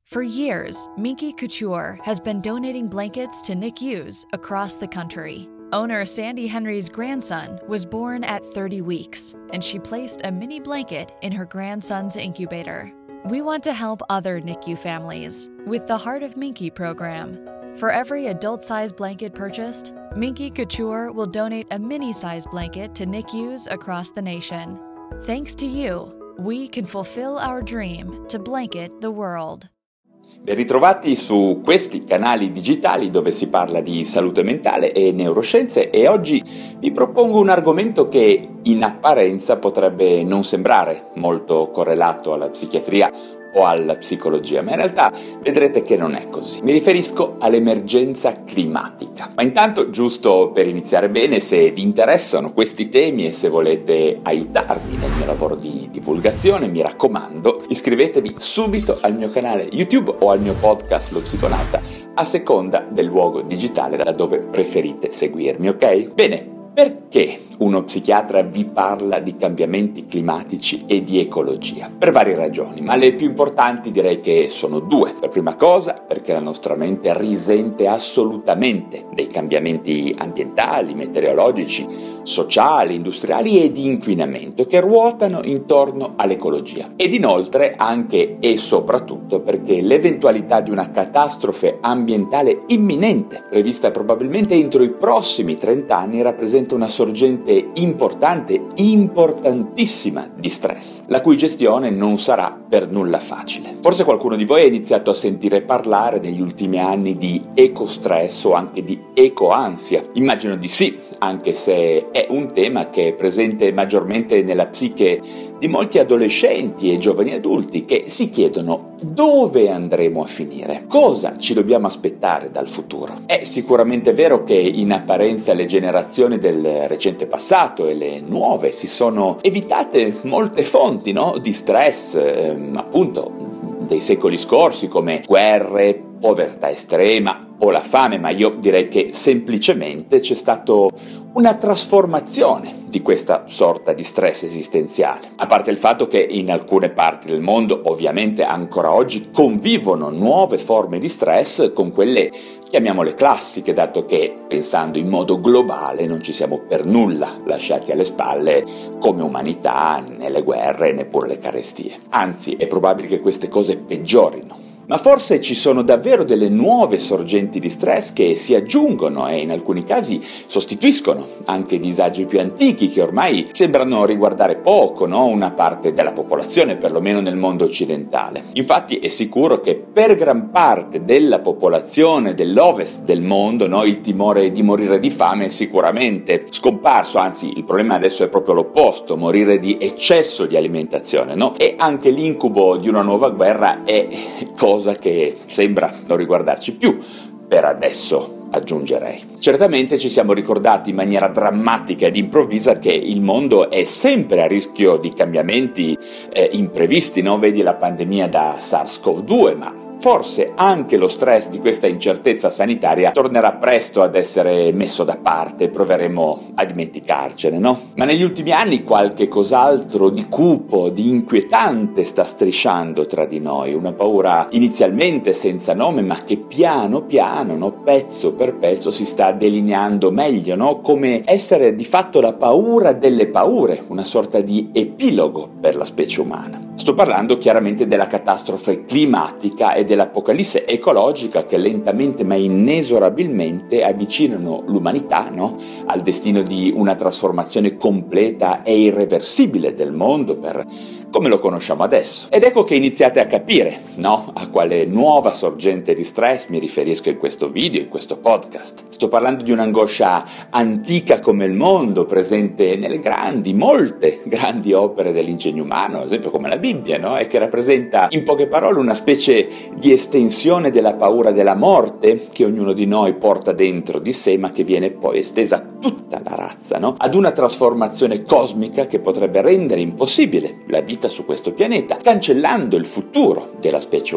For years, Minky Couture has been donating blankets to NICUs across the country. Owner Sandy Henry's grandson was born at 30 weeks, and she placed a mini blanket in her grandson's incubator. We want to help other NICU families with the Heart of Minky program. For every adult-sized blanket purchased, Minky Couture will donate a mini-sized blanket to NICUs across the nation. Thanks to you, we can fulfill our dream to blanket the world. Ben ritrovati su questi canali digitali dove si parla di salute mentale e neuroscienze, e oggi vi propongo un argomento che in apparenza potrebbe non sembrare molto correlato alla psichiatria o alla psicologia, ma in realtà vedrete che non è così. Mi riferisco all'emergenza climatica. Ma intanto, giusto per iniziare bene, se vi interessano questi temi e se volete aiutarmi nel mio lavoro di divulgazione, mi raccomando, iscrivetevi subito al mio canale YouTube o al mio podcast Lo Psiconauta, a seconda del luogo digitale da dove preferite seguirmi, ok? Bene. Perché uno psichiatra vi parla di cambiamenti climatici e di ecologia? Per varie ragioni, ma le più importanti direi che sono due. Per prima cosa, perché la nostra mente risente assolutamente dei cambiamenti ambientali, meteorologici, sociali, industriali e di inquinamento che ruotano intorno all'ecologia. Ed inoltre anche e soprattutto perché l'eventualità di una catastrofe ambientale imminente, prevista probabilmente entro i prossimi 30 anni, rappresenta una sorgente importante, importantissima di stress, la cui gestione non sarà per nulla facile. Forse qualcuno di voi ha iniziato a sentire parlare negli ultimi anni di ecostress o anche di ecoansia. Immagino di sì, anche se è un tema che è presente maggiormente nella psiche di molti adolescenti e giovani adulti che si chiedono dove andremo a finire, cosa ci dobbiamo aspettare dal futuro. È sicuramente vero che in apparenza le generazioni del recente passato e le nuove si sono evitate molte fonti, no? Di stress, appunto dei secoli scorsi, come guerre, povertà estrema o la fame, ma io direi che semplicemente c'è stato una trasformazione di questa sorta di stress esistenziale. A parte il fatto che in alcune parti del mondo ovviamente ancora oggi convivono nuove forme di stress con quelle, chiamiamole classiche, dato che pensando in modo globale non ci siamo per nulla lasciati alle spalle come umanità né le guerre neppure le carestie. Anzi, è probabile che queste cose peggiorino. Ma forse ci sono davvero delle nuove sorgenti di stress che si aggiungono e in alcuni casi sostituiscono anche disagi più antichi che ormai sembrano riguardare poco, no? Una parte della popolazione, perlomeno nel mondo occidentale. Infatti è sicuro che per gran parte della popolazione dell'ovest del mondo, no, il timore di morire di fame è sicuramente scomparso, anzi il problema adesso è proprio l'opposto, morire di eccesso di alimentazione, no? E anche l'incubo di una nuova guerra è cosa che sembra non riguardarci più, per adesso aggiungerei. Certamente ci siamo ricordati in maniera drammatica ed improvvisa che il mondo è sempre a rischio di cambiamenti imprevisti, no? Vedi la pandemia da SARS-CoV-2, ma forse anche lo stress di questa incertezza sanitaria tornerà presto ad essere messo da parte e proveremo a dimenticarcene, no? Ma negli ultimi anni qualche cos'altro di cupo, di inquietante sta strisciando tra di noi, una paura inizialmente senza nome ma che piano piano, no, pezzo per pezzo si sta delineando meglio, no? Come essere di fatto la paura delle paure, una sorta di epilogo per la specie umana. Sto parlando chiaramente della catastrofe climatica e dell'apocalisse ecologica che lentamente ma inesorabilmente avvicinano l'umanità, no? Al destino di una trasformazione completa e irreversibile del mondo per come lo conosciamo adesso. Ed ecco che iniziate a capire, no? A quale nuova sorgente di stress mi riferisco in questo video, in questo podcast. Sto parlando di un'angoscia antica come il mondo, presente nelle molte grandi opere dell'ingegno umano, ad esempio come la Bibbia, no? E che rappresenta in poche parole una specie di estensione della paura della morte che ognuno di noi porta dentro di sé, ma che viene poi estesa a tutta la razza, no? Ad una trasformazione cosmica che potrebbe rendere impossibile la vita su questo pianeta, cancellando il futuro della specie umana.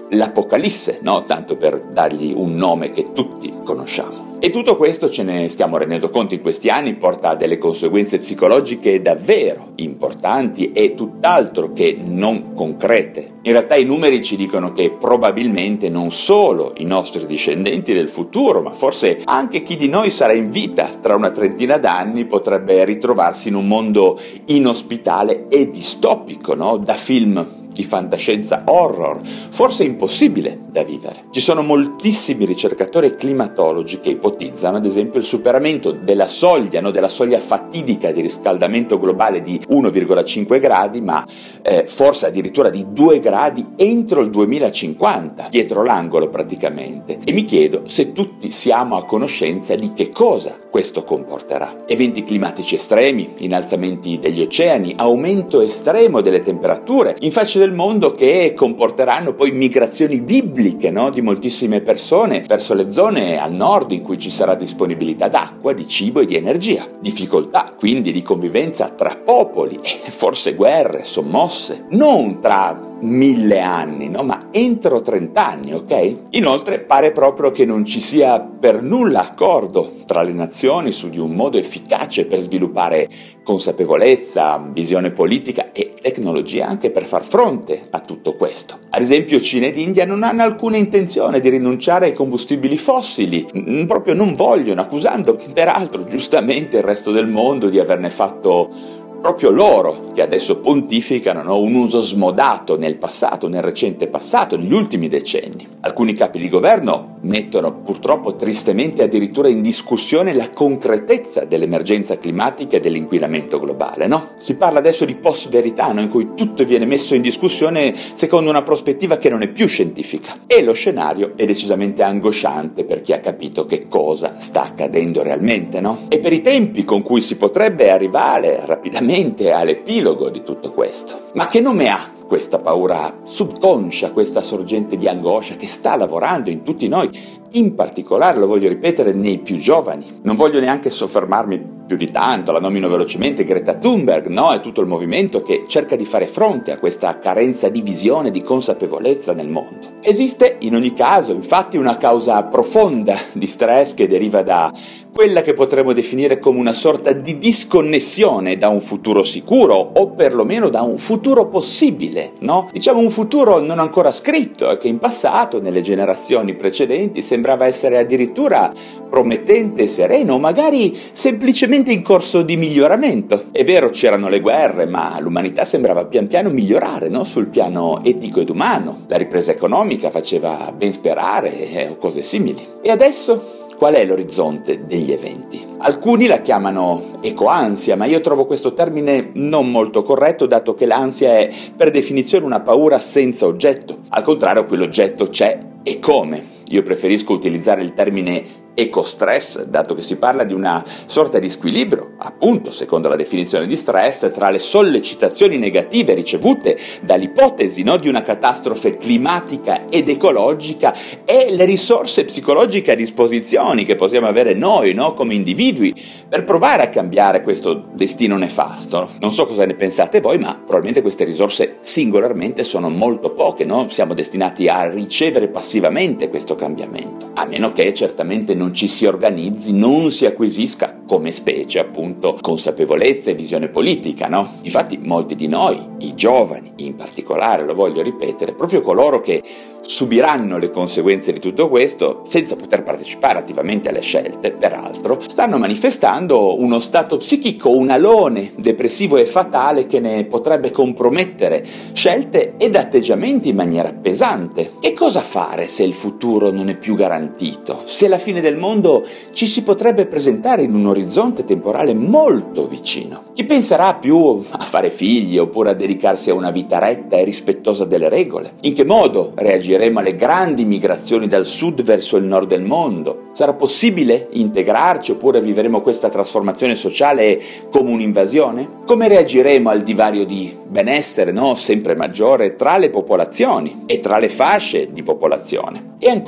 l'Apocalisse, no? Tanto per dargli un nome che tutti conosciamo. E tutto questo, ce ne stiamo rendendo conto in questi anni, porta a delle conseguenze psicologiche davvero importanti e tutt'altro che non concrete. In realtà i numeri ci dicono che probabilmente non solo i nostri discendenti del futuro, ma forse anche chi di noi sarà in vita tra una trentina d'anni potrebbe ritrovarsi in un mondo inospitale e distopico, no? Da film di fantascienza horror, forse impossibile da vivere. Ci sono moltissimi ricercatori e climatologi che ipotizzano, ad esempio, il superamento della soglia, no? Della soglia fatidica di riscaldamento globale di 1,5 gradi, ma forse addirittura di 2 gradi entro il 2050, dietro l'angolo praticamente. E mi chiedo se tutti siamo a conoscenza di che cosa questo comporterà. Eventi climatici estremi, innalzamenti degli oceani, aumento estremo delle temperature in faccia del mondo, che comporteranno poi migrazioni bibliche, no? Di moltissime persone verso le zone al nord in cui ci sarà disponibilità d'acqua, di cibo e di energia. Difficoltà quindi di convivenza tra popoli e forse guerre, sommosse, non tra 1000 anni, no? Ma entro 30 anni, ok? Inoltre pare proprio che non ci sia per nulla accordo tra le nazioni su di un modo efficace per sviluppare consapevolezza, visione politica e tecnologia anche per far fronte a tutto questo. Ad esempio Cina ed India non hanno alcuna intenzione di rinunciare ai combustibili fossili, proprio non vogliono, accusando peraltro giustamente il resto del mondo di averne fatto proprio loro, che adesso pontificano, no? Un uso smodato nel passato, nel recente passato, negli ultimi decenni. Alcuni capi di governo mettono purtroppo tristemente addirittura in discussione la concretezza dell'emergenza climatica e dell'inquinamento globale, no? Si parla adesso di post-verità, no? In cui tutto viene messo in discussione secondo una prospettiva che non è più scientifica. E lo scenario è decisamente angosciante per chi ha capito che cosa sta accadendo realmente, no? E per i tempi con cui si potrebbe arrivare rapidamente all'epilogo di tutto questo. Ma che nome ha questa paura subconscia, questa sorgente di angoscia che sta lavorando in tutti noi, in particolare, lo voglio ripetere, nei più giovani? Non voglio neanche soffermarmi più di tanto, la nomino velocemente, Greta Thunberg, no? È tutto il movimento che cerca di fare fronte a questa carenza di visione, di consapevolezza nel mondo. Esiste in ogni caso, infatti, una causa profonda di stress che deriva da quella che potremmo definire come una sorta di disconnessione da un futuro sicuro, o perlomeno da un futuro possibile, no? Diciamo un futuro non ancora scritto e che in passato, nelle generazioni precedenti, sembrava essere addirittura promettente e sereno, magari semplicemente in corso di miglioramento. È vero, c'erano le guerre, ma l'umanità sembrava pian piano migliorare, no? Sul piano etico ed umano. La ripresa economica faceva ben sperare o cose simili. E adesso? Qual è l'orizzonte degli eventi? Alcuni la chiamano ecoansia, ma io trovo questo termine non molto corretto, dato che l'ansia è per definizione una paura senza oggetto. Al contrario, quell'oggetto c'è e come. Io preferisco utilizzare il termine ecostress, dato che si parla di una sorta di squilibrio, appunto, secondo la definizione di stress, tra le sollecitazioni negative ricevute dall'ipotesi, no, di una catastrofe climatica ed ecologica e le risorse psicologiche a disposizione che possiamo avere noi, no, come individui, per provare a cambiare questo destino nefasto. Non so cosa ne pensate voi, ma probabilmente queste risorse singolarmente sono molto poche, no? Siamo destinati a ricevere passivamente questo cambiamento, a meno che certamente non ci si organizzi, non si acquisisca come specie, appunto, consapevolezza e visione politica, no? Infatti molti di noi, i giovani in particolare, lo voglio ripetere, proprio coloro che subiranno le conseguenze di tutto questo, senza poter partecipare attivamente alle scelte, peraltro, stanno manifestando uno stato psichico, un alone depressivo e fatale che ne potrebbe compromettere scelte ed atteggiamenti in maniera pesante. Che cosa fare se il futuro non è più garantito? Se la fine del mondo ci si potrebbe presentare in un orizzonte temporale molto vicino? Chi penserà più a fare figli oppure a dedicarsi a una vita retta e rispettosa delle regole? In che modo reagiremo alle grandi migrazioni dal sud verso il nord del mondo? Sarà possibile integrarci oppure vivremo questa trasformazione sociale come un'invasione? Come reagiremo al divario di benessere, no, sempre maggiore tra le popolazioni e tra le fasce di popolazione? E ancora,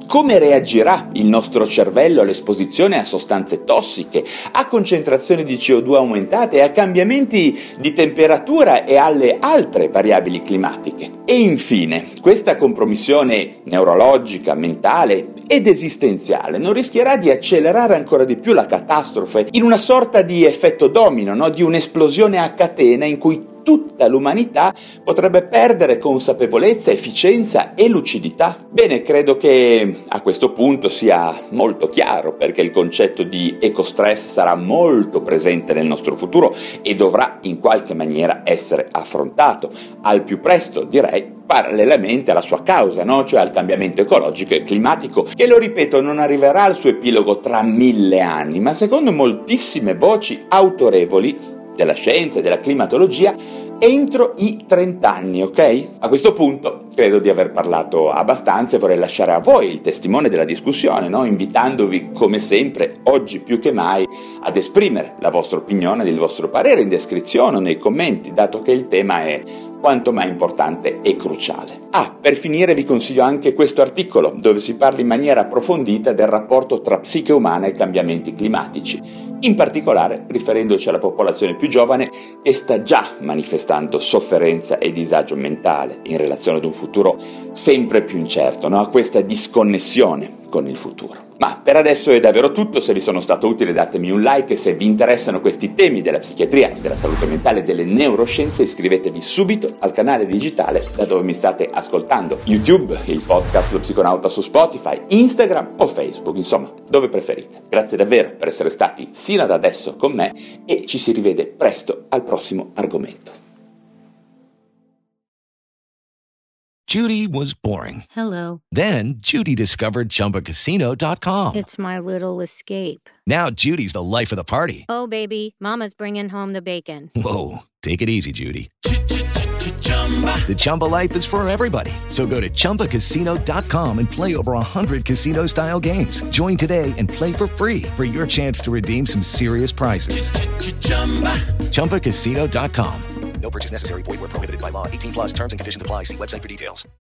Come reagirà il nostro cervello all'esposizione a sostanze tossiche, a concentrazioni di CO2 aumentate, a cambiamenti di temperatura e alle altre variabili climatiche? E infine, questa compromissione neurologica, mentale ed esistenziale non rischierà di accelerare ancora di più la catastrofe in una sorta di effetto domino, no? Di un'esplosione a catena in cui tutta l'umanità potrebbe perdere consapevolezza, efficienza e lucidità? Bene, credo che a questo punto sia molto chiaro perché il concetto di ecostress sarà molto presente nel nostro futuro e dovrà in qualche maniera essere affrontato al più presto, direi, parallelamente alla sua causa, no? Cioè al cambiamento ecologico e climatico, che, lo ripeto, non arriverà al suo epilogo tra 1000 anni, ma secondo moltissime voci autorevoli della scienza e della climatologia entro i 30 anni, ok? A questo punto credo di aver parlato abbastanza e vorrei lasciare a voi il testimone della discussione, no? Invitandovi, come sempre, oggi più che mai, ad esprimere la vostra opinione, il vostro parere in descrizione o nei commenti, dato che il tema è quanto mai importante e cruciale. Per finire vi consiglio anche questo articolo, dove si parla in maniera approfondita del rapporto tra psiche umana e cambiamenti climatici, in particolare riferendoci alla popolazione più giovane che sta già manifestando sofferenza e disagio mentale in relazione ad un futuro sempre più incerto, no? A questa disconnessione con il futuro. Ma per adesso è davvero tutto. Se vi sono stato utile datemi un like, e se vi interessano questi temi della psichiatria, della salute mentale e delle neuroscienze iscrivetevi subito al canale digitale da dove mi state ascoltando: YouTube, il podcast Lo Psiconauta su Spotify, Instagram o Facebook, insomma, dove preferite. Grazie davvero per essere stati sino ad adesso con me e ci si rivede presto al prossimo argomento. Judy was boring. Hello. Then Judy discovered ChumbaCasino.com. It's my little escape. Now Judy's the life of the party. Oh, baby, mama's bringing home the bacon. Whoa, take it easy, Judy. The Chumba life is for everybody. So go to ChumbaCasino.com and play over 100 casino-style games. Join today and play for free for your chance to redeem some serious prizes. ChumbaCasino.com. No purchase necessary. Void where prohibited by law. 18+ terms and conditions apply. See website for details.